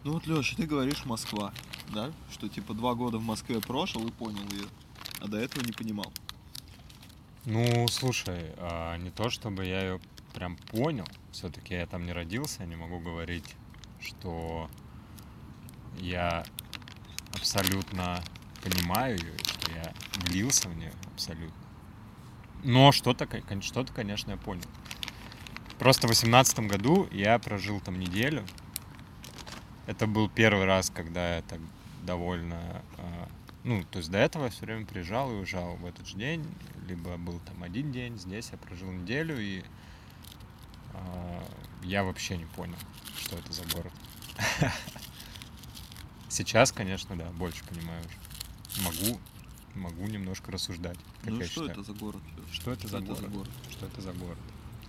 Ну вот, Лёша, ты говоришь Москва, да? Что типа 2 года в Москве прожил и понял ее, а до этого не понимал. Ну, слушай, не то чтобы я ее прям понял, все-таки я там не родился, не могу говорить, что я абсолютно понимаю ее, что я влился в нее абсолютно. Но что-то, конечно, я понял. Просто в 18 году я прожил там неделю. Это был первый раз, когда я так довольно... Ну, то есть до этого я все время приезжал и уезжал в этот же день. Либо был там один день, здесь я прожил неделю, и я вообще не понял, что это за город. Сейчас, конечно, да, больше понимаю уже. Могу немножко рассуждать, как Ну я что считаю. это за город, Лёша? Что это за город? город? Что это за город?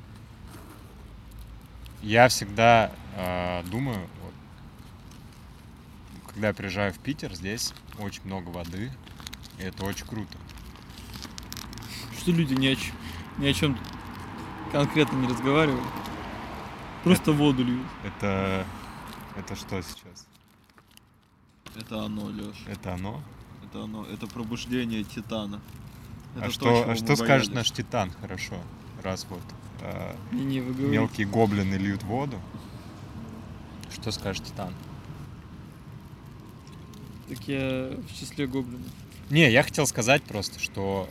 Я всегда думаю, вот, когда я приезжаю в Питер, здесь очень много воды, и это очень круто. Что люди ни о чем конкретно не разговаривают. Просто воду льют. Это что сейчас? Это оно, Лёша. Это оно? Это оно. Это пробуждение Титана. Это А то, что чего мы скажет боялись. наш Титан? Хорошо. Раз вот Не, вы говорите. мелкие гоблины льют воду. Что скажет Титан? Так я в числе гоблинов. Не, я хотел сказать просто, что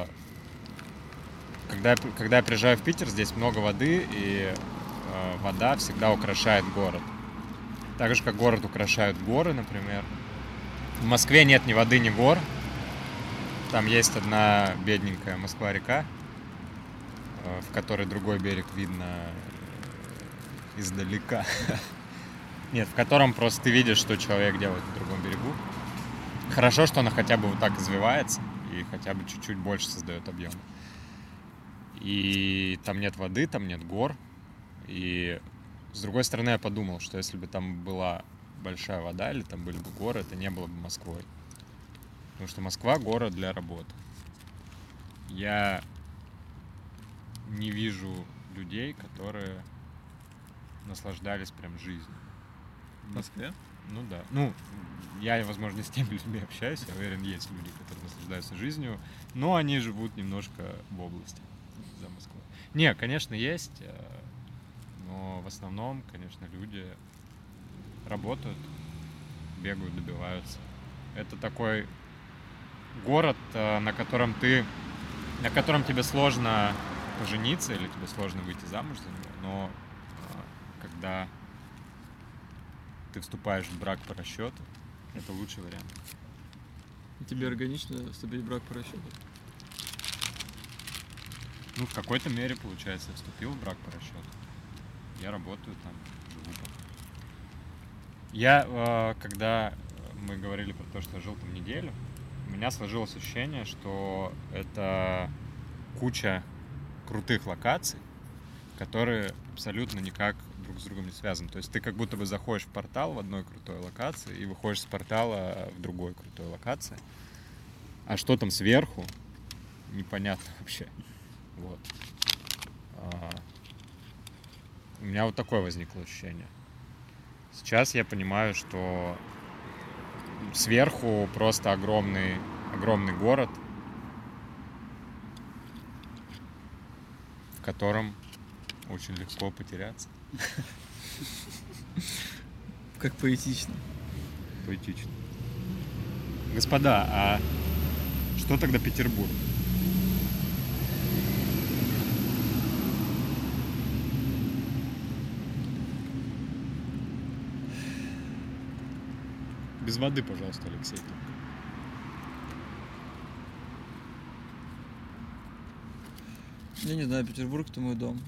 когда я приезжаю в Питер, здесь много воды, и вода всегда украшает город. Так же, как город украшают горы, например. В Москве нет ни воды, ни гор. Там есть одна бедненькая Москва-река, в которой другой берег видно издалека. Нет, в котором просто ты видишь, что человек делает на другом берегу. Хорошо, что она хотя бы вот так извивается и хотя бы чуть-чуть больше создает объем. И там нет воды, там нет гор. И с другой стороны, я подумал, что если бы там была большая вода или там были бы горы, это не было бы Москвой. Потому что Москва — город для работы. Я не вижу людей, которые наслаждались прям жизнью. В Москве? Ну да. Ну, я, возможно, не с теми людьми общаюсь. Я уверен, есть люди, которые наслаждаются жизнью, но они живут немножко в области за Москвой. Не, конечно, есть, но в основном, конечно, люди работают, бегают, добиваются. Это такой город, на котором тебе сложно пожениться или тебе сложно выйти замуж за него, но когда ты вступаешь в брак по расчету, это лучший вариант. И тебе органично вступить в брак по расчету? Ну, в какой-то мере, получается, я вступил в брак по расчету. Я работаю там, живу там. Когда мы говорили про то, что я жил там неделю, у меня сложилось ощущение, что это куча крутых локаций, которые абсолютно никак друг с другом не связаны. То есть ты как будто бы заходишь в портал в одной крутой локации и выходишь с портала в другой крутой локации. А что там сверху, непонятно вообще. Вот. У меня вот такое возникло ощущение. Сейчас я понимаю, что сверху просто огромный город, в котором очень легко потеряться. Как поэтично. Поэтично. Господа, а что тогда Петербург? Без воды, пожалуйста, Алексей. Я не знаю, Петербург — это мой дом.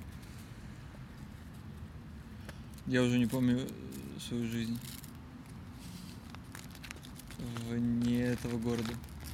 Я уже не помню свою жизнь вне этого города.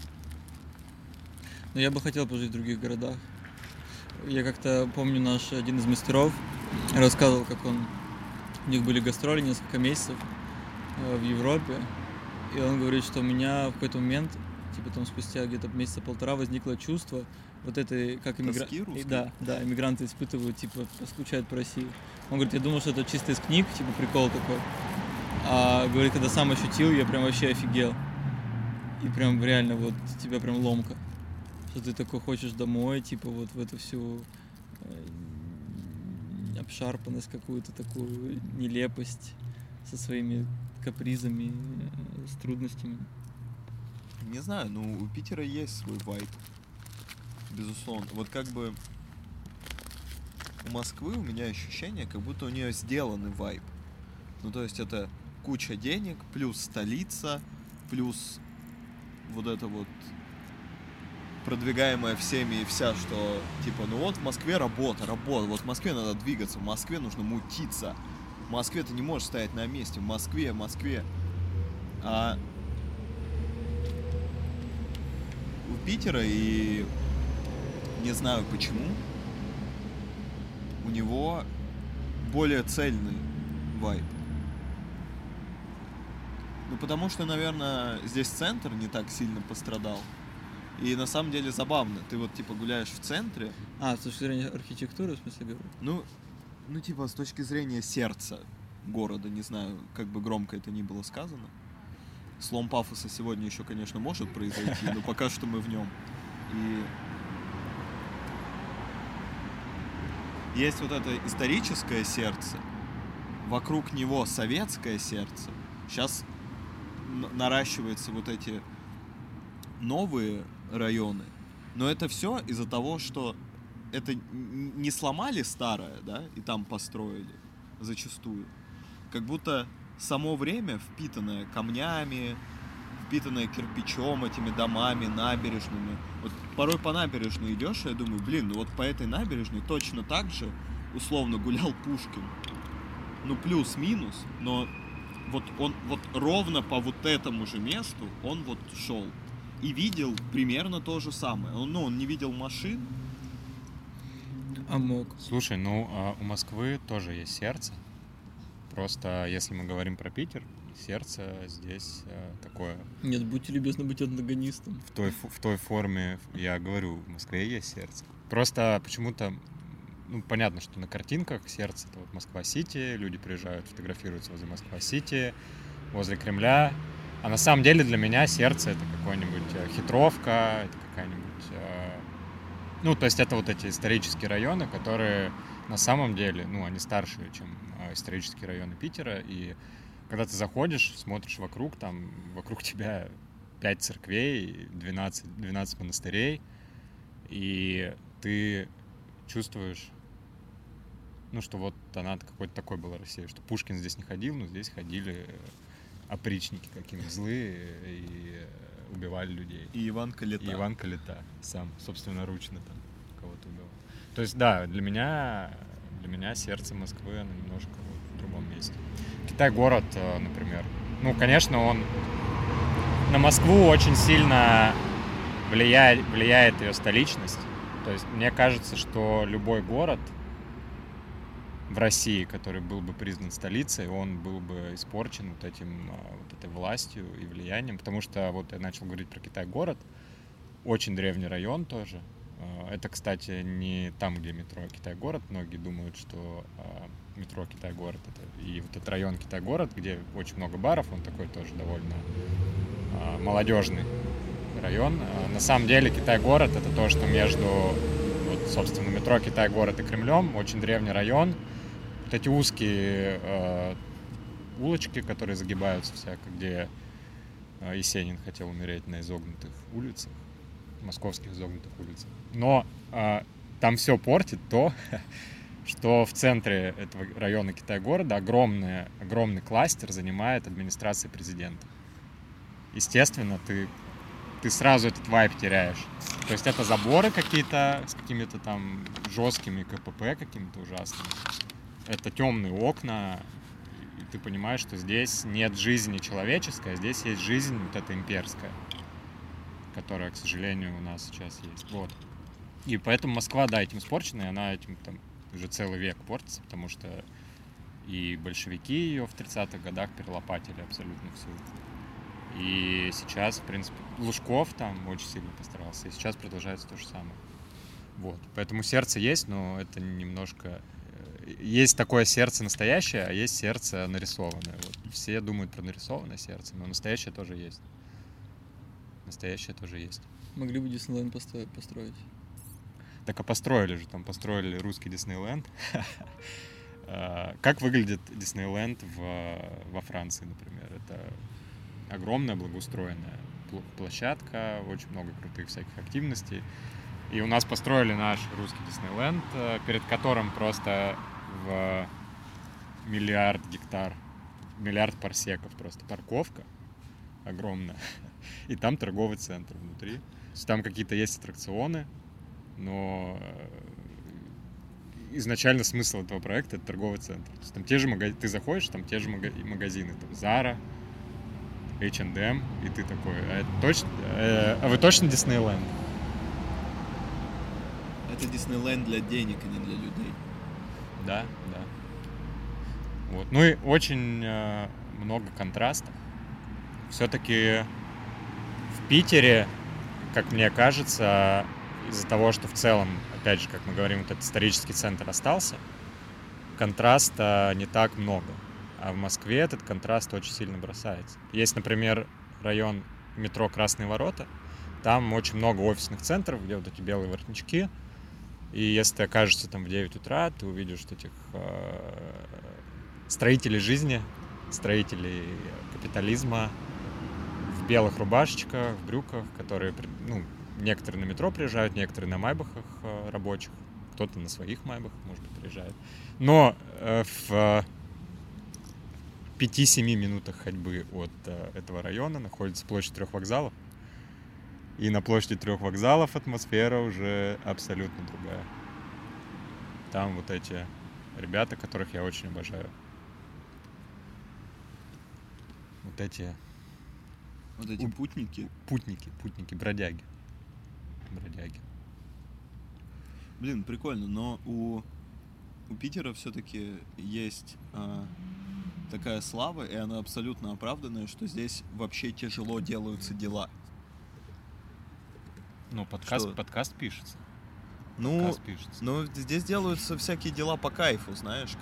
Но я бы хотел пожить в других городах. Я как-то помню, наш один из мастеров рассказывал, как у них были гастроли несколько месяцев в Европе. И он говорит, что у меня в какой-то момент, типа там спустя где-то месяца полтора, возникло чувство вот этой, как Тоски да, иммигранты испытывают, типа, скучают по России. Он говорит, я думал, что это чисто из книг, типа прикол такой. А говорит, когда сам ощутил, я прям вообще офигел. И прям реально вот тебя прям ломка. Что ты такой хочешь домой, типа вот в эту всю обшарпанность какую-то, такую нелепость со своими капризами, с трудностями. Не знаю, ну у Питера есть свой вайб. Безусловно. Вот как бы у Москвы у меня ощущение, как будто у нее сделанный вайб. Ну то есть это куча денег, плюс столица, плюс вот это вот продвигаемая всеми и вся, что типа, ну вот в Москве работа, вот в Москве надо двигаться, в Москве нужно мутиться, в Москве ты не можешь стоять на месте, в Москве. А у Питера, и не знаю почему, у него более цельный вайб. Ну потому что, наверное, здесь центр не так сильно пострадал. И на самом деле забавно. Ты вот типа гуляешь в центре. А, с точки зрения архитектуры, в смысле, говорю? Ну типа с точки зрения сердца города, не знаю, как бы громко это ни было сказано. Слом пафоса сегодня еще, конечно, может произойти, но пока что мы в нем. И есть вот это историческое сердце, вокруг него советское сердце. Сейчас наращиваются вот эти новые районы, но это все из-за того, что это не сломали старое, да, и там построили зачастую. Как будто само время, впитанное камнями, впитанное кирпичом, этими домами, набережными. Вот порой по набережной идешь, и я думаю, блин, ну вот по этой набережной точно так же условно гулял Пушкин. Ну плюс-минус, но вот он вот ровно по вот этому же месту он вот шел и видел примерно то же самое. Он не видел машин. А мог. Слушай, ну у Москвы тоже есть сердце. Просто если мы говорим про Питер, сердце здесь такое. Нет, будьте любезны быть антагонистом. В той форме, я говорю, в Москве есть сердце. Просто почему-то, ну, понятно, что на картинках сердце — это вот Москва-Сити, люди приезжают, фотографируются возле Москва-Сити, возле Кремля. А на самом деле для меня сердце — это какой-нибудь Хитровка, это какая-нибудь... Ну, то есть это вот эти исторические районы, которые на самом деле, ну, они старше, чем исторические районы Питера. И когда ты заходишь, смотришь вокруг, там вокруг тебя 5 церквей, 12 монастырей, и ты чувствуешь, ну, что вот она какой-то такой была Россия, что Пушкин здесь не ходил, но здесь ходили опричники какие-нибудь злые и убивали людей. И Иван Калита. И Иван Калита сам, собственноручно там кого-то убивал. То есть, да, для меня сердце Москвы, оно немножко в другом месте. Китай-город, например. Ну, конечно, он на Москву очень сильно влияет ее столичность. То есть, мне кажется, что любой город в России, который был бы признан столицей, он был бы испорчен вот этой властью и влиянием, потому что вот я начал говорить про Китай-город, очень древний район тоже. Это, кстати, не там, где метро Китай-город. Многие думают, что метро Китай-город — это и вот этот район Китай-город, где очень много баров, он такой тоже довольно молодежный район. На самом деле Китай-город — это то, что между, вот, собственно, метро Китай-город и Кремлем, очень древний район. Вот эти узкие улочки, которые загибаются всяко, где Есенин хотел умереть на изогнутых улицах, московских изогнутых улицах. Но там все портит то, что в центре этого района Китай-города огромный кластер занимает администрация президента. Естественно, ты сразу этот вайб теряешь. То есть это заборы какие-то с какими-то там жесткими КПП какими-то ужасными. Это темные окна, и ты понимаешь, что здесь нет жизни человеческой, а здесь есть жизнь вот эта имперская, которая, к сожалению, у нас сейчас есть. Вот. И поэтому Москва, да, этим испорчена, и она этим там уже целый век портится, потому что и большевики ее в 30-х годах перелопатили абсолютно всю. И сейчас, в принципе, Лужков там очень сильно постарался, и сейчас продолжается то же самое. Вот. Поэтому сердце есть, но это немножко есть такое сердце настоящее, а есть сердце нарисованное. Вот. Все думают про нарисованное сердце, но настоящее тоже есть. Настоящее тоже есть. Могли бы Диснейленд построить. Так а построили же, там построили русский Диснейленд. Как выглядит Диснейленд во Франции, например? Это огромная благоустроенная площадка, очень много крутых всяких активностей. И у нас построили наш русский Диснейленд, перед которым просто в миллиард гектар, миллиард парсеков просто парковка огромная. И там торговый центр внутри. То есть там какие-то есть аттракционы, но изначально смысл этого проекта — это торговый центр. То есть там те же ты заходишь, там те же магазины, там Zara, H&M, и ты такой, а вы точно Диснейленд? Это Диснейленд для денег, а не для людей. Да. Вот. Ну и очень много контрастов. Все-таки в Питере, как мне кажется, из-за того, что в целом, опять же, как мы говорим, вот этот исторический центр остался, контраста не так много. А в Москве этот контраст очень сильно бросается. Есть, например, район метро Красные Ворота. Там очень много офисных центров, где вот эти белые воротнички. И если ты окажешься там в 9 утра, ты увидишь этих строителей жизни, строителей капитализма в белых рубашечках, в брюках, которые, ну, некоторые на метро приезжают, некоторые на майбахах рабочих, кто-то на своих майбахах, может быть, приезжает. Но в 5-7 минутах ходьбы от этого района находится площадь 3 вокзалов. И на площади 3 вокзалов атмосфера уже абсолютно другая. Там вот эти ребята, которых я очень обожаю. Вот эти путники. Путники, бродяги. Блин, прикольно, но у Питера все-таки есть такая слава, и она абсолютно оправданная, что здесь вообще тяжело делаются дела. Ну, подкаст пишется. Ну, здесь делаются всякие дела по кайфу, знаешь,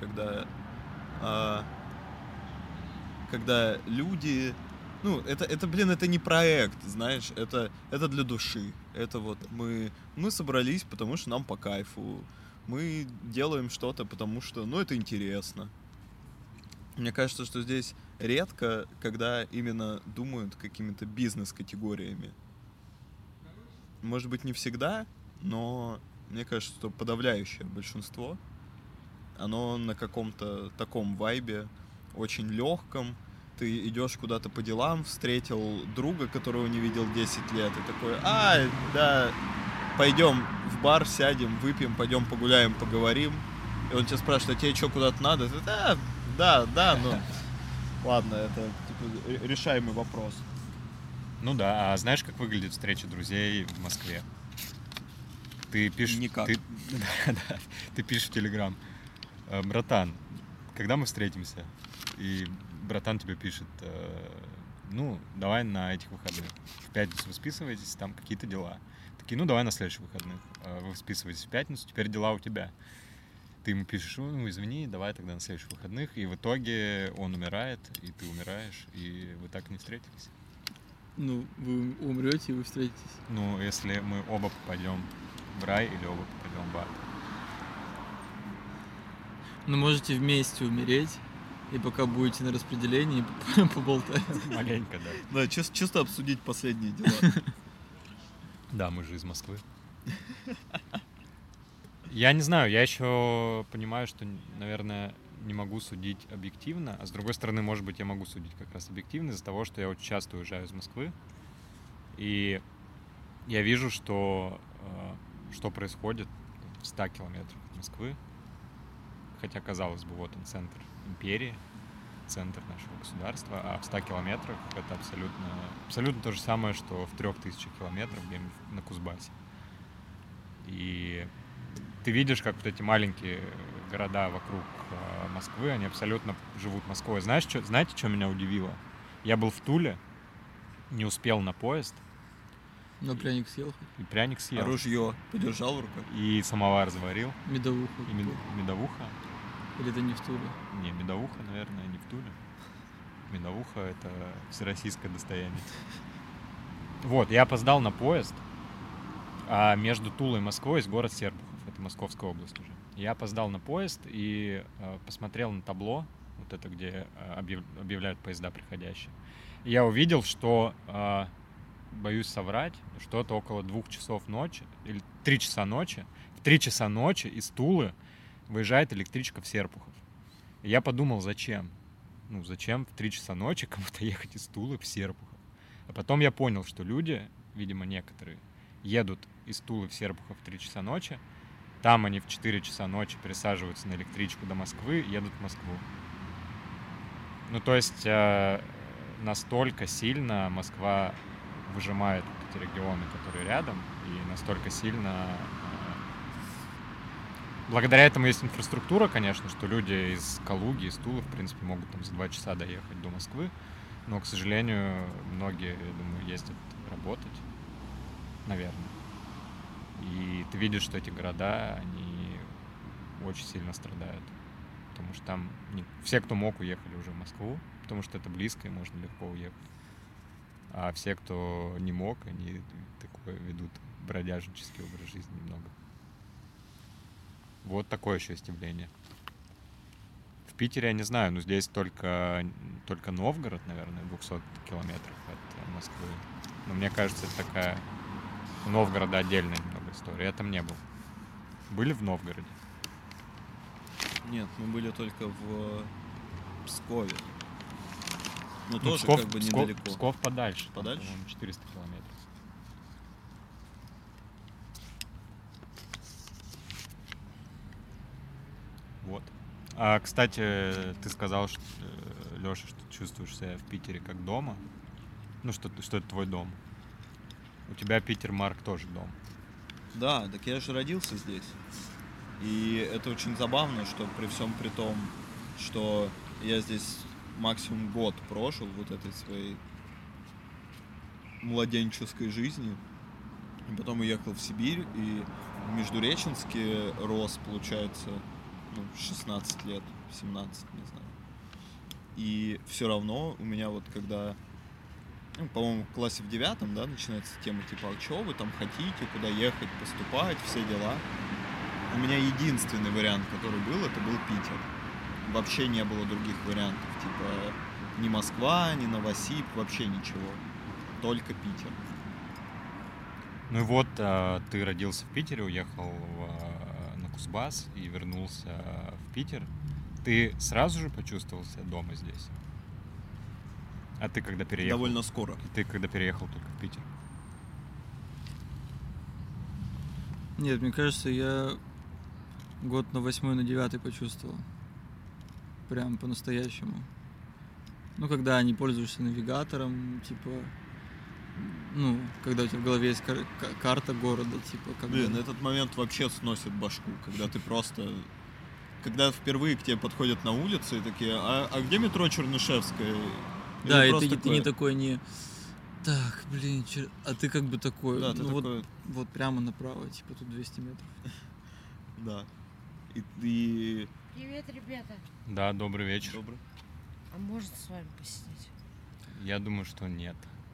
когда люди... Ну, это не проект, знаешь, это для души. Это вот мы собрались, потому что нам по кайфу. Мы делаем что-то, потому что, это интересно. Мне кажется, что здесь редко, когда именно думают какими-то бизнес-категориями. Может быть, не всегда, но мне кажется, что подавляющее большинство, оно на каком-то таком вайбе, очень легком. Ты идешь куда-то по делам, встретил друга, которого не видел 10 лет, и такой, да, пойдем в бар, сядем, выпьем, пойдем погуляем, поговорим. И он тебя спрашивает, а тебе что, куда-то надо? Ты, да, ну, ладно, это типа решаемый вопрос. Ну да, а знаешь, как выглядит встреча друзей в Москве? Ты пишешь... Никак. Ты пишешь в Телеграм: братан, когда мы встретимся? И братан тебе пишет: давай на этих выходных. В пятницу вы списываетесь, там какие-то дела. Такие, давай на следующих выходных. Вы списываетесь в пятницу, теперь дела у тебя. Ты ему пишешь: извини, давай тогда на следующих выходных. И в итоге он умирает, и ты умираешь, и вы так и не встретились. Ну, вы умрете, и вы встретитесь. Ну, если мы оба попадем в рай или оба попадем в ад. Ну, можете вместе умереть, и пока будете на распределении, поболтать. Маленько, да. Да, чисто обсудить последние дела. Да, мы же из Москвы. Я не знаю, я еще понимаю, что, наверное, не могу судить объективно, а с другой стороны, может быть, я могу судить как раз объективно из-за того, что я очень часто уезжаю из Москвы, и я вижу, что происходит в 100 километрах от Москвы, хотя, казалось бы, вот он, центр империи, центр нашего государства, а в 100 километрах это абсолютно то же самое, что в 3000 километрах где-нибудь на Кузбассе. И ты видишь, как вот эти маленькие города вокруг Москвы, они абсолютно живут Москвой. Знаете, что меня удивило? Я был в Туле, не успел на поезд. Но пряник съел. И пряник съел. А ружье подержал в руках? И самовар заварил. Медовуха. И медовуха. Или это не в Туле? Не, медовуха, наверное, не в Туле. Медовуха — это всероссийское достояние. Вот, я опоздал на поезд, а между Тулой и Москвой есть город Серпухов, это Московская область уже. Я опоздал на поезд и посмотрел на табло, вот это, где объявляют поезда приходящие. И я увидел, что, боюсь соврать, что-то около 2 часов ночи, или 3 часа ночи, в 3 часа ночи из Тулы выезжает электричка в Серпухов. И я подумал, зачем? Ну, зачем в 3 часа ночи кому-то ехать из Тулы в Серпухов? А потом я понял, что люди, видимо, некоторые, едут из Тулы в Серпухов в 3 часа ночи, там они в 4 часа ночи пересаживаются на электричку до Москвы, едут в Москву. Ну, то есть настолько сильно Москва выжимает вот эти регионы, которые рядом, и настолько сильно... Благодаря этому есть инфраструктура, конечно, что люди из Калуги, из Тулы, в принципе, могут там за 2 часа доехать до Москвы. Но, к сожалению, многие, я думаю, ездят работать, наверное. И ты видишь, что эти города, они очень сильно страдают. Потому что там все, кто мог, уехали уже в Москву, потому что это близко и можно легко уехать. А все, кто не мог, они такое ведут бродяжнический образ жизни немного. Вот такое еще есть явление. В Питере я не знаю, но здесь только Новгород, наверное, в 200 километрах от Москвы. Но мне кажется, это такая у Новгорода отдельная немного история. Я там не был. Были в Новгороде? Нет, мы были только в Пскове. Но Ну, тоже Псков, как бы Псков- недалеко. Псков подальше. там, Подальше? по-моему, 400 километров. Вот. А, кстати, ты сказал, что, Лёша, что чувствуешь себя в Питере как дома. Ну, что это твой дом. У тебя Питер, Марк, тоже дом. Да, так я же родился здесь. И это очень забавно, что при всем при том, что я здесь максимум год прожил вот этой своей младенческой жизни. И потом уехал в Сибирь, и в Междуреченске рос, получается, 16 лет, 17, не знаю. И все равно у меня вот когда, по-моему, в классе в 9, да, начинается тема типа, а что вы там хотите, куда ехать, поступать, все дела. У меня единственный вариант, который был, это был Питер. Вообще не было других вариантов, типа ни Москва, ни Новосиб, вообще ничего. Только Питер. Ну и вот ты родился в Питере, уехал на Кузбасс и вернулся в Питер. Ты сразу же почувствовал себя дома здесь? А ты когда переехал? Довольно скоро. Ты когда переехал только в Питер? Нет, мне кажется, я год на 8, на 9 почувствовал. Прям по-настоящему. Ну, когда не пользуешься навигатором, типа... Ну, когда у тебя в голове есть карта города, типа... Блин, этот момент вообще сносит башку, когда ты просто... Когда впервые к тебе подходят на улице и такие, а где метро Чернышевская? Да, и просто ты не такой, не... Так, блин, а ты как бы такой, Да, ты ну такой... вот прямо направо, типа тут 200 метров. Да. И... Привет, ребята. Да, добрый вечер. Добрый. А можно с вами посидеть? Я думаю, что нет.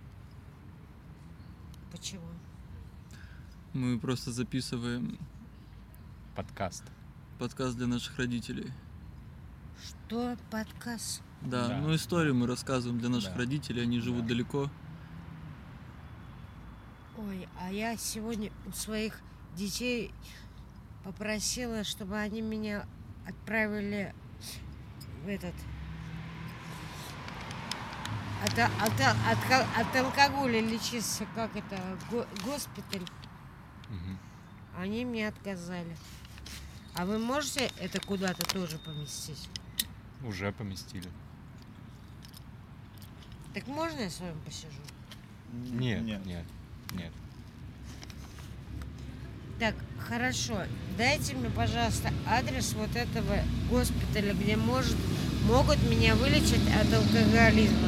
Почему? Мы просто записываем Подкаст. подкаст для наших родителей. Что? Подкаст? Да, Да. ну историю мы рассказываем для наших Да. родителей, они живут Да. далеко. Ой, а я сегодня у своих детей попросила, чтобы они меня отправили в этот... От алкоголя лечиться, как это, госпиталь. Мгм. Они мне отказали. А вы можете это куда-то тоже поместить? Уже поместили. Так можно я с вами посижу? Нет, нет. Так, хорошо. Дайте мне, пожалуйста, адрес вот этого госпиталя, где могут меня вылечить от алкоголизма.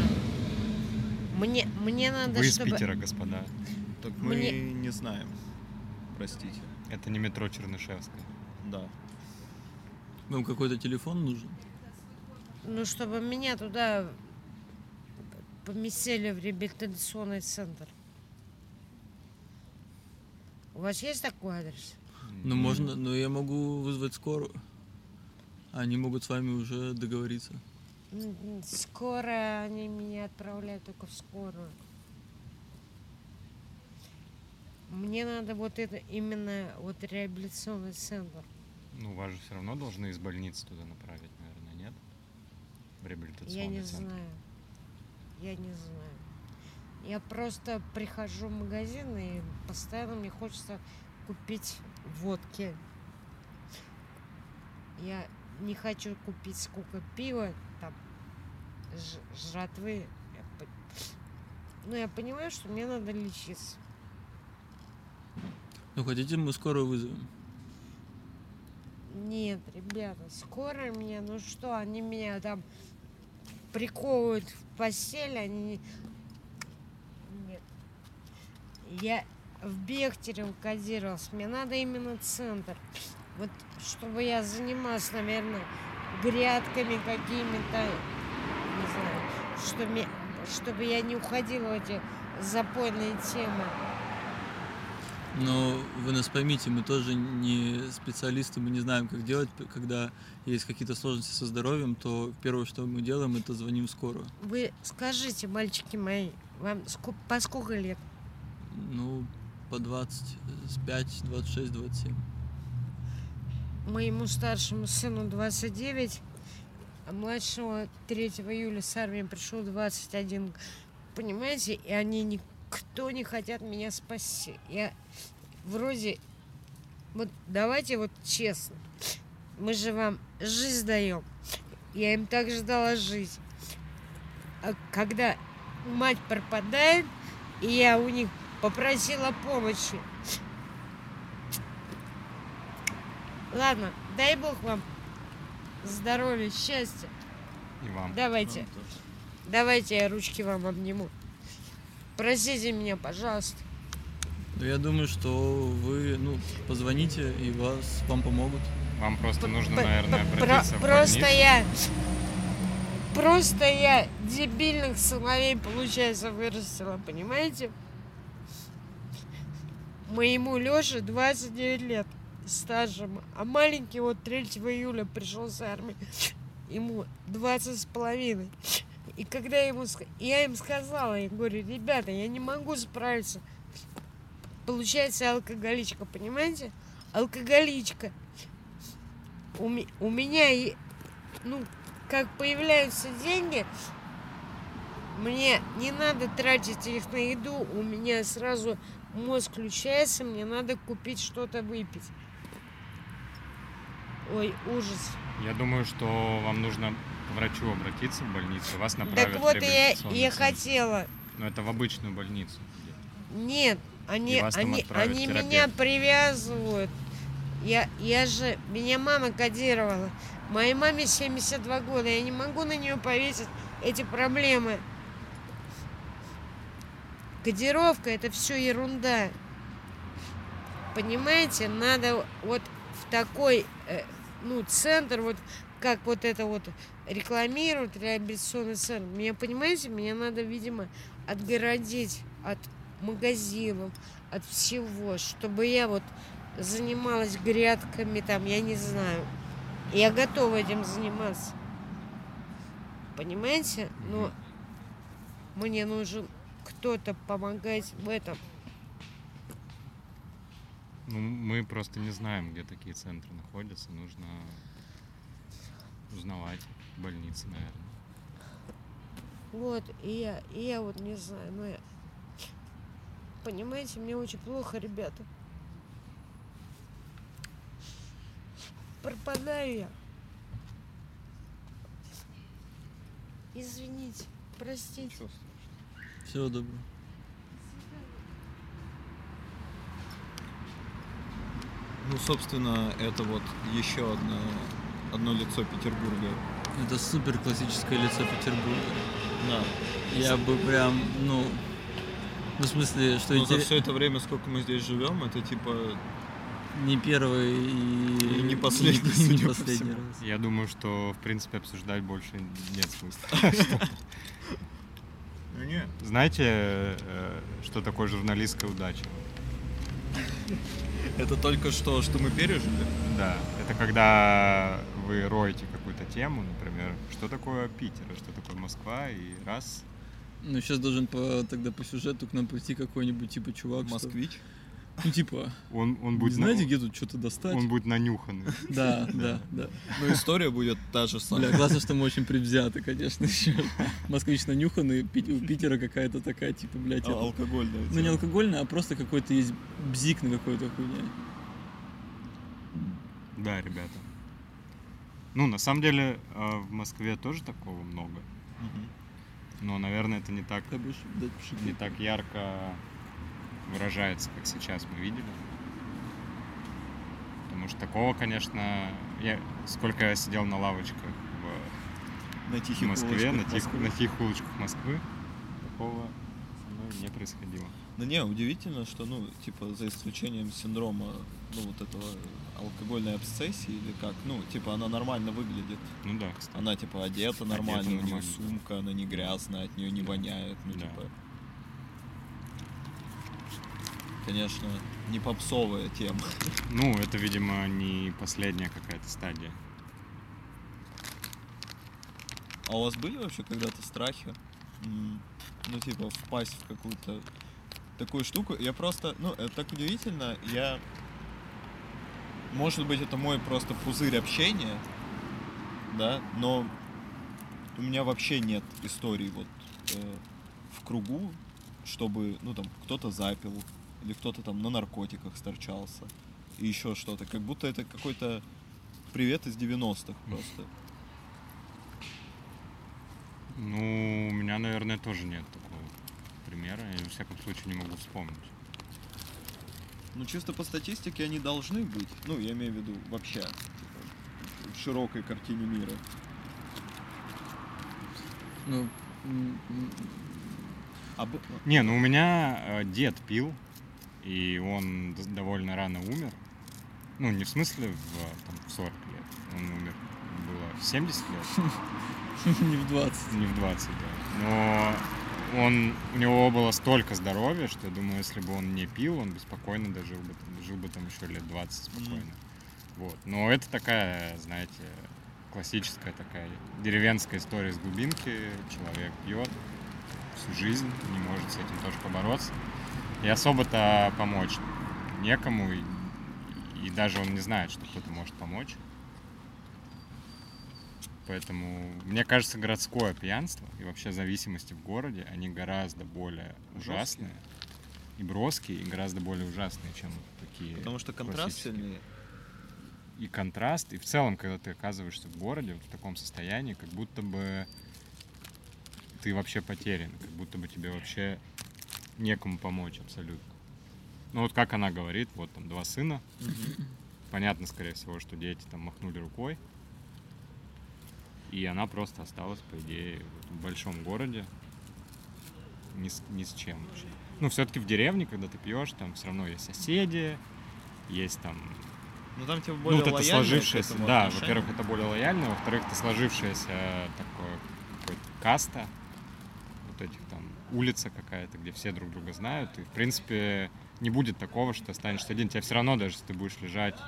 Мне надо, Вы из чтобы... Питера, господа. Так мы Мне- не знаем. Простите. Это не метро Чернышевская. Да. Вам какой-то телефон нужен? Ну, чтобы меня туда поместили в реабилитационный центр. У вас есть такой адрес? Ну, можно, но я могу вызвать скорую. Они могут с вами уже договориться. Скоро они меня отправляют только в скорую. Мне надо вот это именно вот реабилитационный центр. Ну, вас же все равно должны из больницы туда направить, наверное, нет? В реабилитационный Я не центр. знаю. Я не знаю. Я просто прихожу в магазин и постоянно мне хочется купить водки. Я не хочу купить сколько пива, там, жратвы. Но я понимаю, что мне надо лечиться. Ну, хотите, мы скорую вызовем? Нет, ребята, скоро меня, ну что, они меня там приковывают в постель, они... Нет. Я в Бехтере кодировался, мне надо именно центр. Вот, чтобы я занималась, наверное, грядками какими-то, не знаю, чтобы я не уходила в эти запойные темы. Но вы нас поймите, мы тоже не специалисты, мы не знаем, как делать, когда есть какие-то сложности со здоровьем, то первое, что мы делаем, это звоним в скорую. Вы скажите, мальчики мои, вам по сколько лет? Ну, по 25, 26, 27. Моему старшему сыну 29, а младшего 3 июля с армии пришел 21. Понимаете, и они никто не хотят меня спасти. Я вроде... Вот давайте вот честно. Мы же вам жизнь даем. Я им также дала жизнь. А когда мать пропадает, и я у них попросила помощи. Ладно, дай Бог вам здоровья, счастья. И вам. Давайте. Давайте я ручки вам обниму. Простите меня, пожалуйста. Но я думаю, что вы, позвоните, и вам помогут. Вам просто нужно, наверное, обратиться в Просто больницу. Просто я дебильных сыновей, получается, вырастила, понимаете? Моему Лёше 29 лет стажем, а маленький вот 3 июля пришел с армии, ему 20,5. И когда я им сказала, я говорю, ребята, я не могу справиться. Получается алкоголичка, понимаете? Алкоголичка. У меня, как появляются деньги, мне не надо тратить их на еду, у меня сразу мозг включается, мне надо купить что-то выпить. Ой, ужас. Я думаю, что вам нужно к врачу обратиться в больницу, вас направят Так вот, в реабилитационный я центр. хотела. Но это в обычную больницу. Нет, они вас там отправят к меня терапевту. привязывают. Меня мама кодировала. Моей маме 72 года. Я не могу на нее повесить эти проблемы. Кодировка — это все ерунда. Понимаете, надо вот в такой, центр, вот как вот это вот рекламируют, реабилитационный центр. Понимаете, меня надо, видимо, отгородить от магазинов, от всего, чтобы я вот занималась грядками там, я не знаю. Я готова этим заниматься. Понимаете? Но мне нужен кто-то помогать в этом. Мы просто не знаем, где такие центры находятся. Нужно узнавать в больнице, наверное. Вот, и я вот не знаю, но я... Понимаете, мне очень плохо, ребята. Пропадаю я. Извините, простите. Всего доброго. Собственно, это вот еще одно лицо Петербурга. Это супер классическое лицо Петербурга. Да. Я бы прям, в смысле, что За все это время, сколько мы здесь живем, это типа Не первый И не последний, не судя по последний всему. раз. Я думаю, что, в принципе, обсуждать больше нет смысла. Не. Знаете, что такое журналистская удача? Это только что мы пережили. Да, это когда вы роете какую-то тему, например, что такое Питер, а что такое Москва, и раз... Ну, сейчас должен тогда по сюжету к нам прийти какой-нибудь типа чувак, что... Москвич. Ну, типа, Он вы будет, знаете, где тут что-то достать? он будет нанюханный. Да. Ну, история будет та же самая. Бля, классно, что мы очень предвзяты, конечно, еще. Москвич нанюханный, у Питера какая-то такая, типа, блядь, это... Алкогольная. Ну, не алкогольная, а просто какой-то есть бзик на какой-то хуйне. Да, ребята. Ну, на самом деле, в Москве тоже такого много. Но, наверное, это не так Ты будешь дать пшик? не так ярко выражается, как сейчас мы видели. Потому что такого, конечно, сколько я сидел на лавочках На в тихих Москве, улочках Москвы. на тихих улочках Москвы, такого со мной не происходило. Ну не, удивительно, что, ну, типа, за исключением синдрома, ну, вот этого алкогольной обсессии или как, ну, типа, она нормально выглядит. Ну да, кстати. Она, типа, одета нормально, у нее нормально. сумка, она не грязная, от нее не воняет, ну, Да. типа... Конечно, не попсовая тема. Ну, это, видимо, не последняя какая-то стадия. А у вас были вообще когда-то страхи? Ну, типа, впасть в какую-то такую штуку? Я просто, ну, это так удивительно, может быть, это мой просто пузырь общения, да, но у меня вообще нет историй вот в кругу, чтобы, ну, там, кто-то запил, или кто-то там на наркотиках сторчался, и еще что-то. Как будто это какой-то привет из 90-х просто. Ну, у меня, наверное, тоже нет такого примера. Я, во всяком случае, не могу вспомнить. Ну, чисто по статистике они должны быть. Ну, я имею в виду вообще, типа, в широкой картине мира. Ну, Не, ну у меня дед пил, и он довольно рано умер. Ну, не в смысле в 40 лет. Он умер, было в 70 лет. не в 20. Не в 20, да. Но у него было столько здоровья, что я думаю, если бы он не пил, он бы спокойно дожил бы, жил бы там еще лет 20 спокойно. Вот. Но это такая, знаете, классическая такая деревенская история с глубинки. Человек пьет всю жизнь, не может с этим тоже побороться. И особо-то помочь некому, и даже он не знает, что кто-то может помочь. Поэтому, мне кажется, городское пьянство и вообще зависимости в городе, они гораздо более ужасные и броские, и гораздо более ужасные, чем такие. Потому что контраст классические. сильнее. И контраст, и в целом, когда ты оказываешься в городе вот в таком состоянии, как будто бы ты вообще потерян, как будто бы тебе вообще некому помочь абсолютно. Ну вот как она говорит, вот там 2 сына, понятно, скорее всего, что дети там махнули рукой, и она просто осталась, по идее, в большом городе ни с чем вообще. Ну, все-таки в деревне, когда ты пьешь, там все равно есть соседи, есть там... Ну, там типа Ну, более вот это лояльное к сложившееся, этому да, отношение. во-первых, это более лояльно, во-вторых, это сложившаяся такое какое-то каста, вот этих там улица какая-то, где все друг друга знают, и, в принципе, не будет такого, что останешься один. Тебя все равно, даже если ты будешь лежать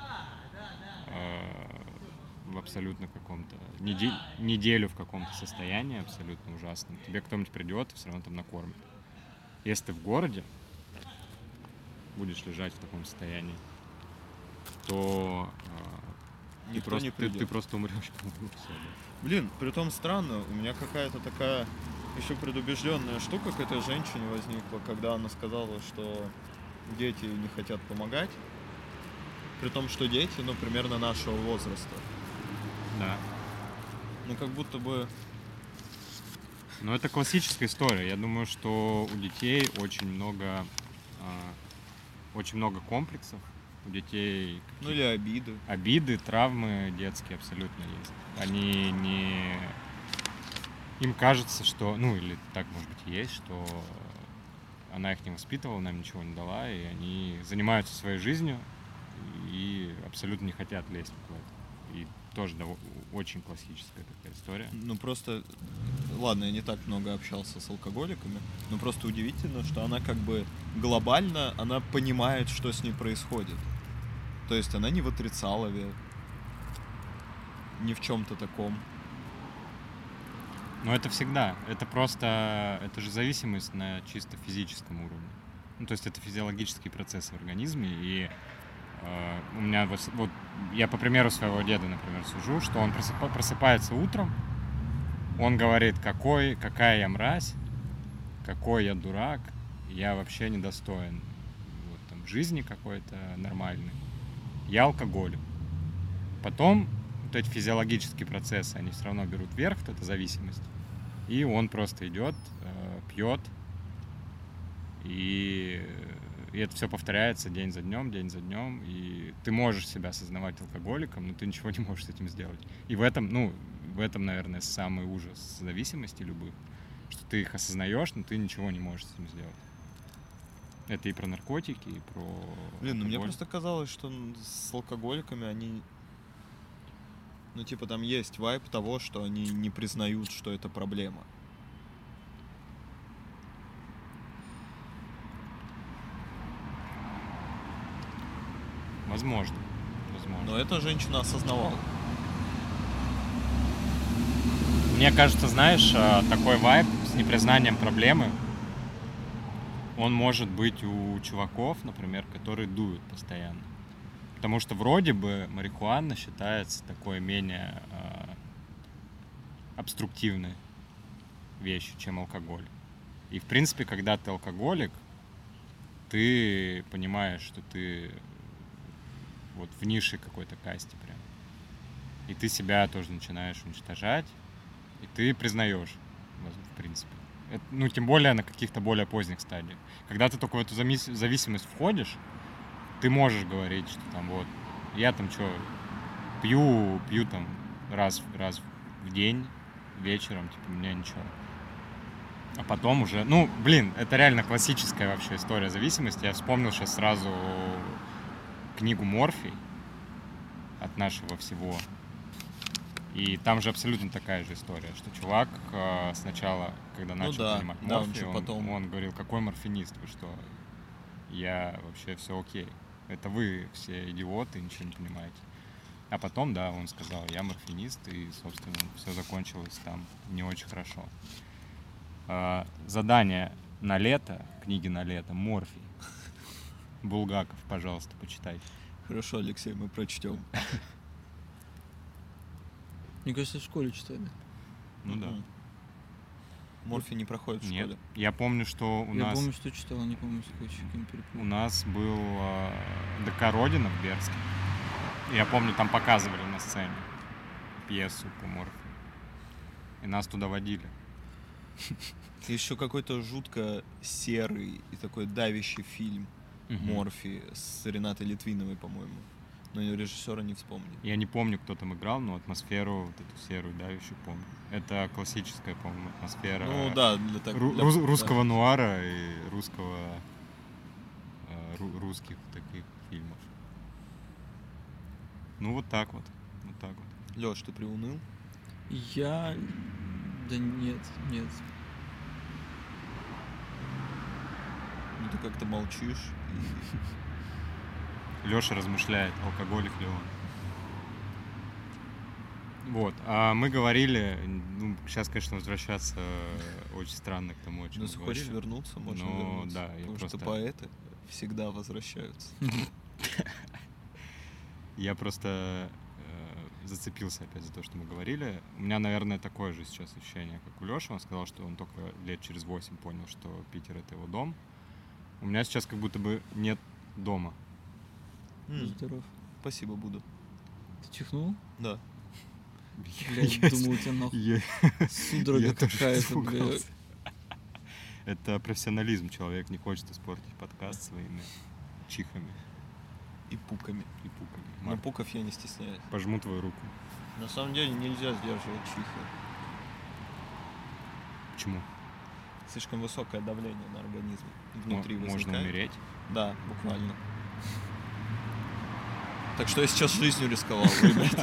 в абсолютно каком-то неделю в каком-то состоянии абсолютно ужасном, тебе кто-нибудь придет и все равно там накормит. Если ты в городе будешь лежать в таком состоянии, то Никто не ты придет. просто умрешь, по-моему, всё, да. Блин, притом странно, у меня какая-то такая еще предубежденная штука к этой женщине возникла, когда она сказала, что дети не хотят помогать, при том, что дети, ну, примерно нашего возраста. Да. Ну, как будто бы... Но это классическая история. Я думаю, что у детей очень много комплексов. У детей Ну, или обиды. обиды, травмы детские абсолютно есть. Они не... Им кажется, что... Ну, или так, может быть, и есть, что она их не воспитывала, нам ничего не дала, и они занимаются своей жизнью, и и абсолютно не хотят лезть в это. И тоже очень классическая такая история. Ну просто, ладно, я не так много общался с алкоголиками, но просто удивительно, что она как бы глобально, она понимает, что с ней происходит. То есть она не в отрицалове, ни в чем-то таком. Но это всегда. Это просто... Это же зависимость на чисто физическом уровне. Ну, то есть это физиологический процесс в организме. И у меня вот... Я по примеру своего деда, например, сужу, что он просыпается утром, он говорит, какая я мразь, какой я дурак, я вообще недостоин вот, там, жизни какой-то нормальной. Я алкоголик. Потом вот эти физиологические процессы, они все равно берут верх, вот эта зависимость. И он просто идет, пьет, и это все повторяется день за днем, и ты можешь себя осознавать алкоголиком, но ты ничего не можешь с этим сделать. И в этом, наверное, самый ужас зависимости любых, что ты их осознаешь, но ты ничего не можешь с этим сделать. Это и про наркотики, и про... Блин, ну мне просто казалось, что с алкоголиками они... Ну, типа, там есть вайб того, что они не признают, что это проблема. Возможно. Но эта женщина осознавала. Мне кажется, знаешь, такой вайб с непризнанием проблемы, он может быть у чуваков, например, которые дуют постоянно. Потому что вроде бы марихуана считается такой менее обструктивной вещью, чем алкоголь. И, в принципе, когда ты алкоголик, ты понимаешь, что ты вот в низшей какой-то касте прям. И ты себя тоже начинаешь уничтожать, и ты признаешь, в принципе. Это, тем более на каких-то более поздних стадиях. Когда ты только в эту зависимость входишь, ты можешь говорить, что там вот, я там что, пью там раз в день, вечером, типа, мне ничего. А потом уже, это реально классическая вообще история зависимости. Я вспомнил сейчас сразу книгу «Морфий» от нашего всего. И там же абсолютно такая же история, что чувак сначала, когда начал принимать морфий, он говорил, какой морфинист, вы что? Я вообще все окей. Это вы все идиоты, ничего не понимаете. А потом, да, он сказал, я морфинист, и, собственно, все закончилось там не очень хорошо. Задание на лето, книги на лето, «Морфий». Булгаков, пожалуйста, почитайте. Хорошо, Алексей, мы прочтем. Мне кажется, в школе читали. Ну да. Морфий не проходит в школе? Нет. Я помню, что у нас... Я помню, что читал, не помню, с каким перепутал. У нас был ДК «Родина» в Берске. Я помню, там показывали на сцене пьесу по Морфию. И нас туда водили. Еще какой-то жутко серый и такой давящий фильм «Морфий» с Ренатой Литвиновой, по-моему. Но режиссера не вспомню. Я не помню, кто там играл, но атмосферу вот эту серую давящую помню. Это классическая, по-моему, атмосфера русского нуара и русских таких фильмов. Вот так вот. Лёш, ты приуныл? Я... Да нет. Ну ты как-то молчишь. Лёша размышляет, алкоголик ли он. Вот. А мы говорили, сейчас, конечно, возвращаться очень странно к тому, о чем мы если говорили. хочешь вернуться, можно вернуться. Да, потому что поэты всегда возвращаются. Я просто зацепился опять за то, что мы говорили. У меня, наверное, такое же сейчас ощущение, как у Лёши. Он сказал, что он только лет через 8 понял, что Питер — это его дом. У меня сейчас как будто бы нет дома. Здоров. Спасибо, буду. Ты чихнул? Да. Блядь, думал, у тебя нахуй судорога какая-то, блядь. Это профессионализм. Человек не хочет испортить подкаст своими чихами. И пуками. Но Марк, пуков я не стесняюсь. пожму твою руку. На самом деле нельзя сдерживать чихи. Почему? Слишком высокое давление на организм внутри Можно возникает. умереть. Да, буквально. Так что я сейчас жизнью рисковал, ребят.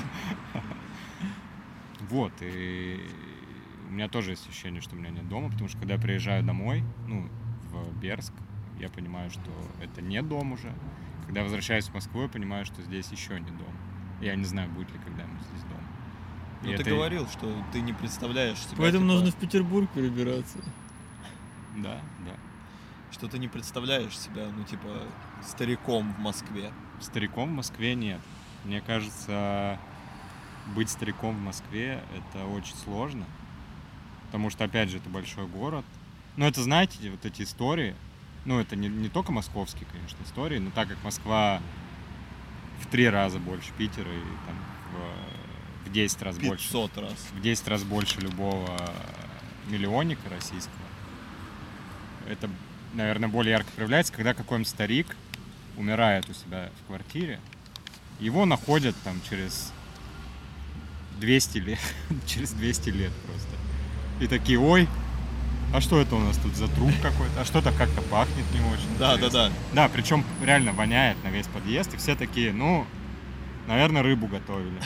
Вот, и у меня тоже есть ощущение, что у меня нет дома, потому что когда я приезжаю домой, ну, в Берск, я понимаю, что это не дом уже. Когда я возвращаюсь в Москву, я понимаю, что здесь еще не дом. Я не знаю, будет ли когда-нибудь здесь дом. Ну, И ты это- говорил, что ты не представляешь себя... Поэтому типа, нужно в Петербург перебираться. Да, да. Что ты не представляешь себя, ну, типа, стариком в Москве. Стариком в Москве нет. Мне кажется, быть стариком в Москве — это очень сложно. Потому что, опять же, это большой город. Но это, знаете, вот эти истории, ну, это не только московские, конечно, истории, но так как Москва в 3 раза больше Питера и там в 10 раз больше. 500 раз. В 10 раз больше любого миллионника российского. Это, наверное, более ярко проявляется, когда какой-нибудь старик умирает у себя в квартире, его находят там через 200 лет, через 200 лет просто. И такие, ой, а что это у нас тут за труп какой-то? А что-то как-то пахнет не очень. Да, интересно». Да, причем реально воняет на весь подъезд, и все такие, ну, наверное, рыбу готовили.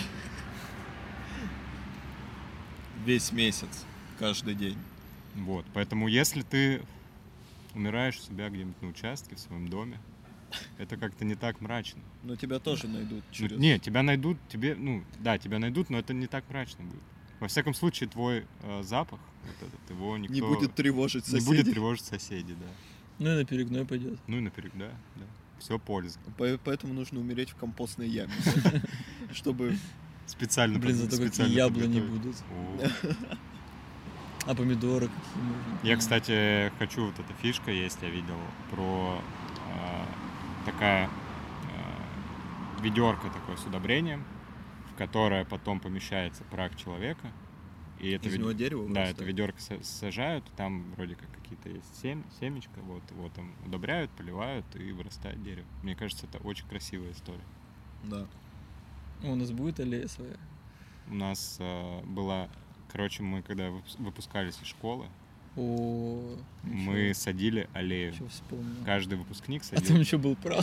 Весь месяц, каждый день. Вот, поэтому если ты умираешь у себя где-нибудь на участке, в своем доме, это как-то не так мрачно. Но тебя тоже найдут Ну, через... не, тебя найдут, тебя найдут, но это не так мрачно будет. Во всяком случае, твой запах, вот этот, его никто Не будет тревожить не соседей. будет тревожить соседей, да. Ну и на перегной пойдет. Ну и наперед, да. Все польза. Поэтому нужно умереть в компостной яме. Чтобы... Специально Блин, зато какие специально яблони подготовить. будут. О. А помидоры какие можно? Я, кстати, хочу, вот эта фишка есть, я видел, про такая ведерко такое с удобрением, в которое потом помещается прах человека. И это Из него дерево Да, вырастает? это ведерко сажают, там вроде как какие-то есть семечко, вот его там удобряют, поливают, и вырастает дерево. Мне кажется, это очень красивая история. Да. У нас будет аллея своя. У нас была, короче, мы когда выпускались из школы, О, мы садили аллею. Что вспомнил. Каждый выпускник А там садил. еще был прах.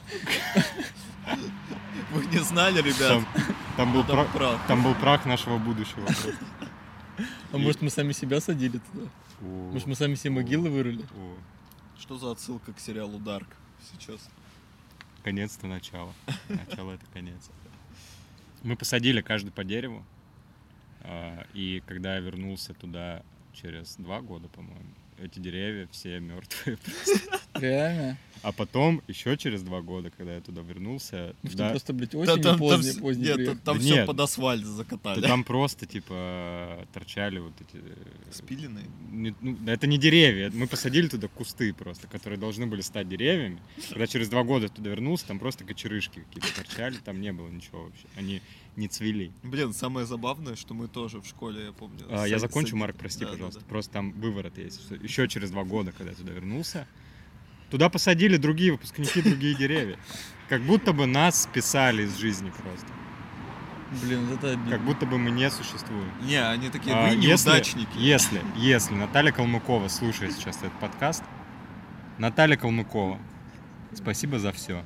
Вы не знали, ребят? Там был Там прах. прах. Там был прах нашего будущего. просто. А может мы сами себя садили туда? О, Может мы сами себе могилы вырыли? о, Что за отсылка к сериалу Dark сейчас? Конец-то начало. Начало — это конец. Мы посадили каждый по дереву. И когда я вернулся туда через 2 года, по-моему, эти деревья все мертвые. Реально? А потом, еще через 2 года, когда я туда вернулся, Мы что, туда- просто, блядь, Да, осенью поздний нет, приехали? там Да все нет. под асфальт да закатали. там просто, типа, торчали вот эти... Спиленные. Да это не деревья, мы посадили туда кусты просто, которые должны были стать деревьями. Когда через 2 года туда вернулся, там просто кочерышки какие-то торчали, там не было ничего вообще. Они не цвели. Блин, самое забавное, что мы тоже в школе, я помню. Я закончу, Марк, Да, прости, да, пожалуйста. да. Просто там выворот есть. Еще через 2 года, когда я туда вернулся, туда посадили другие выпускники, другие деревья. Как будто бы нас списали из жизни просто. Блин, вот это обидно. Как будто бы мы не существуем. Не, они такие, А, вы неудачники. Если Наталья Калмыкова слушает сейчас этот подкаст, Наталья Калмыкова, спасибо за все.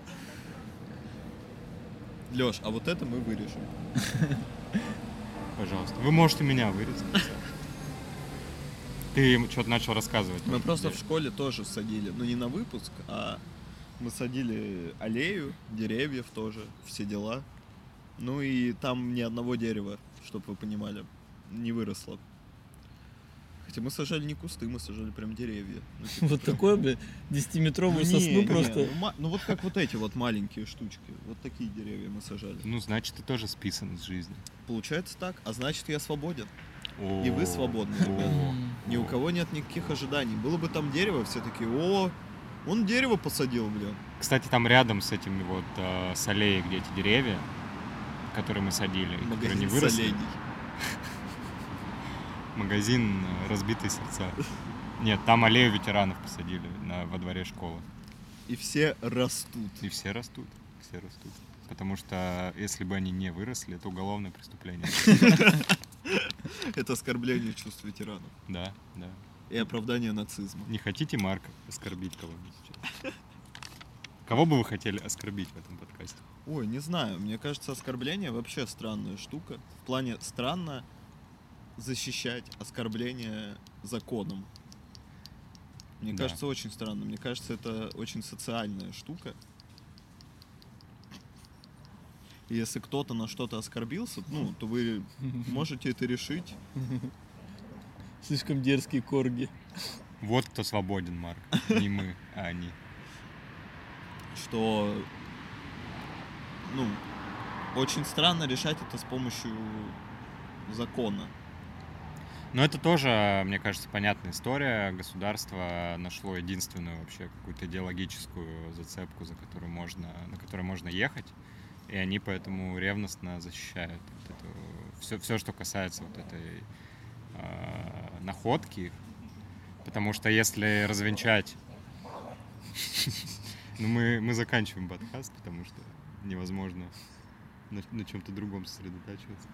Лёш, а вот это мы вырежем. Пожалуйста. Вы можете меня вырезать. Ты что-то начал рассказывать. Мы тоже, просто где- в школе тоже садили, ну не на выпуск, а мы садили аллею, деревьев тоже, все дела. Ну и там ни одного дерева, чтобы вы понимали, не выросло. Хотя мы сажали не кусты, мы сажали прям деревья. Ну, типа, Вот прям- такое, блядь, 10-метровую Ну, сосну не, просто. ну вот как вот эти вот маленькие штучки, вот такие деревья мы сажали. Ну, значит, ты тоже списан из жизни. Получается так, а значит я свободен. И вы свободны, ребята. М. Ни у кого нет никаких ожиданий. Было бы там дерево, все такие, о, он дерево посадил, блин. Кстати, там рядом с этими вот с аллеей, где эти деревья, которые мы садили, и которые не Магазин выросли. солений. Магазин «Разбитые сердца». Нет, там аллею ветеранов посадили во дворе школы. И все растут. И все растут. Все растут. Потому что если бы они не выросли, это уголовное преступление. Это оскорбление чувств ветеранов. Да, да. И оправдание нацизма. Не хотите, Марк, оскорбить кого-нибудь сейчас? Кого бы вы хотели оскорбить в этом подкасте? Ой, не знаю. Мне кажется, оскорбление вообще странная штука. В плане странно защищать оскорбление законом. Мне Да. кажется, очень странно. Мне кажется, это очень социальная штука. И если кто-то на что-то оскорбился, ну, то вы можете это решить. Слишком дерзкие корги. Вот кто свободен, Марк. Не мы, а они. Что, ну, очень странно решать это с помощью закона. Но это тоже, мне кажется, понятная история. Государство нашло единственную вообще какую-то идеологическую зацепку, на которой можно ехать. И они поэтому ревностно защищают все, что касается вот этой находки. Потому что если развенчать... Ну, мы заканчиваем подкаст, потому что невозможно на чем-то другом сосредотачиваться.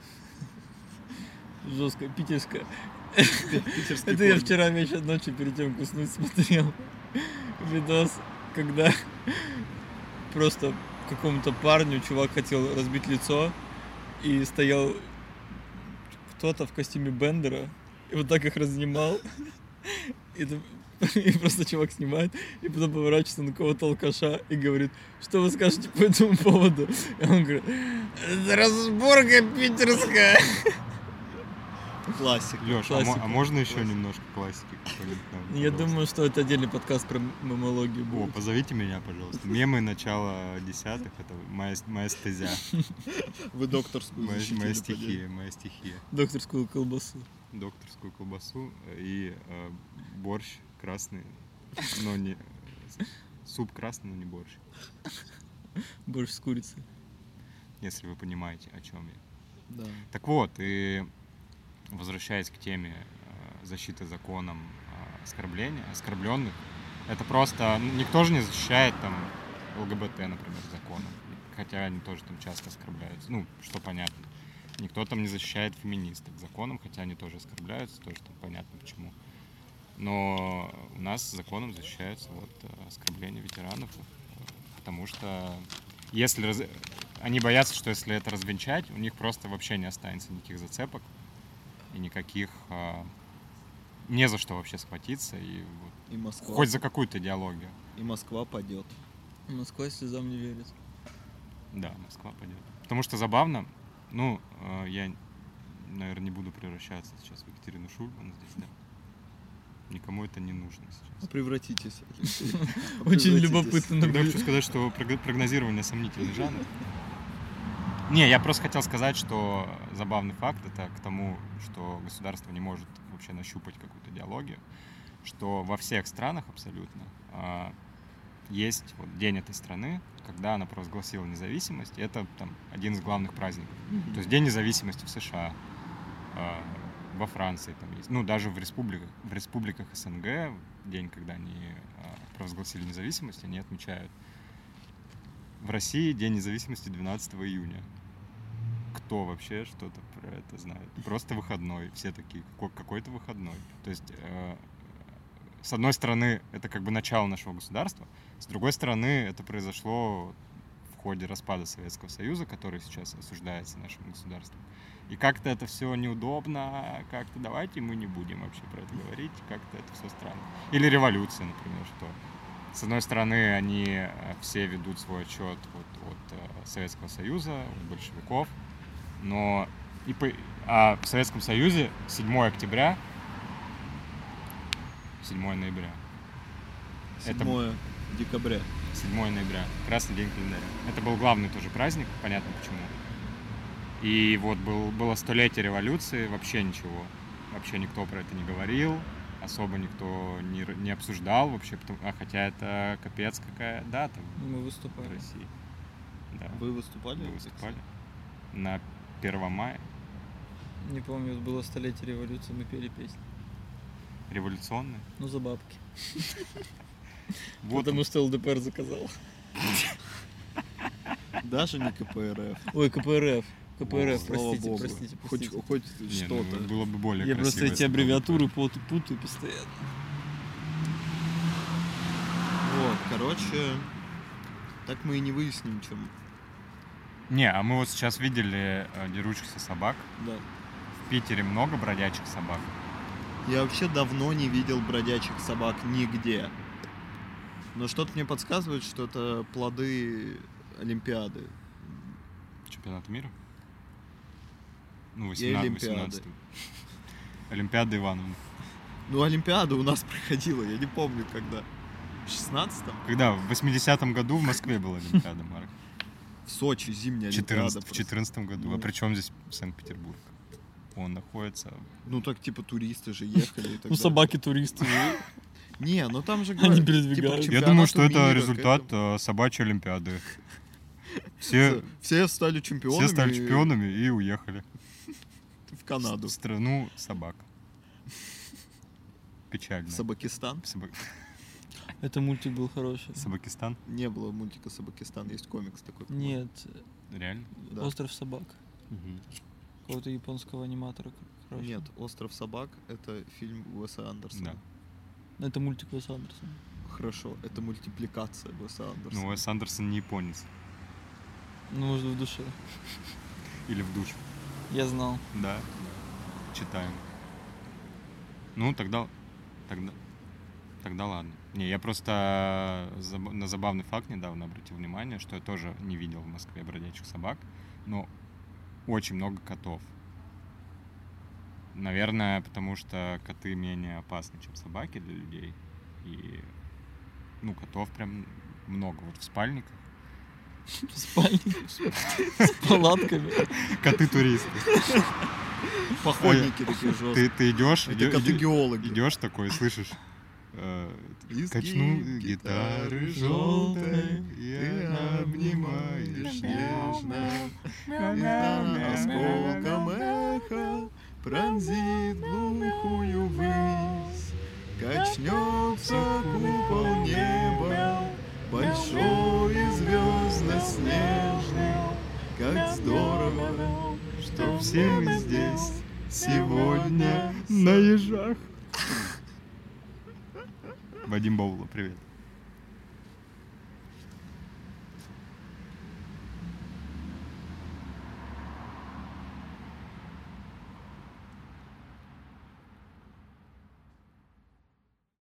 Жестко, питерская. Питерский Это я корни. вчера вечер ночью перед тем, как уснуть, смотрел видос, когда просто какому-то парню чувак хотел разбить лицо, и стоял кто-то в костюме Бендера, и вот так их разнимал. И просто чувак снимает, и потом поворачивается на какого-то алкаша и говорит: что вы скажете по этому поводу? И он говорит: разборка питерская. Классик. Лёш, Классика. а можно еще немножко классики какой-нибудь нам, Я пожалуйста? думаю, что это отдельный подкаст про мемологию О, будет. позовите меня, пожалуйста. Мемы начала десятых, это моя стезя, Вы докторскую защитили, моя стихия. Докторскую колбасу. Докторскую колбасу и борщ красный, но не... Суп красный, но не борщ. Борщ с курицей. Если вы понимаете, о чем я. Да. Так вот, и возвращаясь к теме защиты законом оскорбленных, это просто... Никто же не защищает там ЛГБТ, например, законом. Хотя они тоже там часто оскорбляются. Ну, что понятно. Никто там не защищает феминисток законом, хотя они тоже оскорбляются, тоже там понятно почему. Но у нас законом защищаются оскорбления ветеранов, потому что если они боятся, что если это развенчать, у них просто вообще не останется никаких зацепок и никаких... не за что вообще схватиться и И Москва. хоть за какую-то идеологию. И Москва падет. Москва слезам не верит. Да, Москва пойдет. Потому что забавно, я, наверное, не буду превращаться сейчас в Екатерину Шульман здесь, да. Никому это не нужно сейчас. Превратитесь. Очень любопытно Тогда наблюдать. хочу сказать, что прогнозирование сомнительный жанр. Не, я просто хотел сказать, что забавный факт, это к тому, что государство не может вообще нащупать какую-то идеологию, что во всех странах абсолютно есть день этой страны, когда она провозгласила независимость, и это там один из главных праздников. То есть День независимости в США, во Франции там есть, даже в республиках СНГ, день, когда они провозгласили независимость, они отмечают. В России День независимости 12 июня. Кто вообще что-то про это знает? Просто выходной. Все такие, какой-то выходной. То есть, с одной стороны, это как бы начало нашего государства, с другой стороны, это произошло в ходе распада Советского Союза, который сейчас осуждается нашим государством. И как-то это все неудобно, как-то давайте мы не будем вообще про это говорить, как-то это все странно. Или революция, например, что с одной стороны они все ведут свой отчет от Советского Союза, от большевиков, но в Советском Союзе 7 октября, 7 ноября. 7 декабря. 7 ноября, Красный день календаря. Это был главный тоже праздник, понятно почему. И было столетие революции, вообще ничего. Вообще никто про это не говорил, особо никто не обсуждал вообще, хотя это капец какая дата Мы в выступали. России. Да. Вы выступали? Вы выступали на 1 мая. Не помню, было столетие революции, мы пели песни. Революционная. Ну, за бабки. Вот Потому что ЛДПР заказал. Даже не КПРФ. Ой, КПРФ. О, КПРФ, Слава простите, богу. простите. Хоть Не, что-то. было бы более Я красиво, просто эти если бы аббревиатуры путаю постоянно. Вот, короче, Так мы и не выясним, чем... Не, а мы вот сейчас видели дерущихся собак. Да. В Питере много бродячих собак. Я вообще давно не видел бродячих собак нигде. Но что-то мне подсказывает, что это плоды Олимпиады. Чемпионата мира? Ну, И Олимпиады. 18. Олимпиада Ивановна. Ну, Олимпиада у нас проходила, я не помню, когда. В 16-м? Когда? В 80-м году в Москве была Олимпиада, Марк. В Сочи зимняя В Олимпиада. 14 году. А Ну. при чем здесь Санкт-Петербург? Он находится... Ну, так типа туристы же ехали и так Ну, далее. собаки-туристы. Не, ну там же Они говорят, передвигаются. Я думаю, что чемпионату это мира, результат к этому. собачьей Олимпиады. Все Все стали чемпионами. все стали чемпионами и уехали. В Канаду. В страну собак. Печально. Собакистан. Это мультик был хороший. Собакистан? Не было мультика Собакистан, есть комикс такой. Нет, Реально? Да. «Остров собак». Какого-то японского аниматора. короче. Нет, «Остров собак» — это фильм Уэса Андерсона. Да. Это мультик Уэса Андерсона. Хорошо, это мультипликация Уэса Андерсона. Ну, Уэс Андерсон не японец. Ну, может, в душе. Или в душ. Я знал. Да. Читаем. Ну, тогда ладно. Не, я просто на забавный факт недавно обратил внимание, что я тоже не видел в Москве бродячих собак, но очень много котов. Наверное, потому что коты менее опасны, чем собаки для людей. И, ну, котов прям много. Вот в спальниках. В спальне. С палатками. Коты-туристы. Походники такие жесткие. Ты идешь, Это коты-геологи. идешь такой, слышишь, Изгиб качну гитары гитары желтой, желтой, ты обнимаешь нежно, и осколком эхо пронзит глухую высь. Качнется купол неба, большой и звездно-снежный. Как здорово, что все мы здесь сегодня на ежах. Вадим Баула, привет.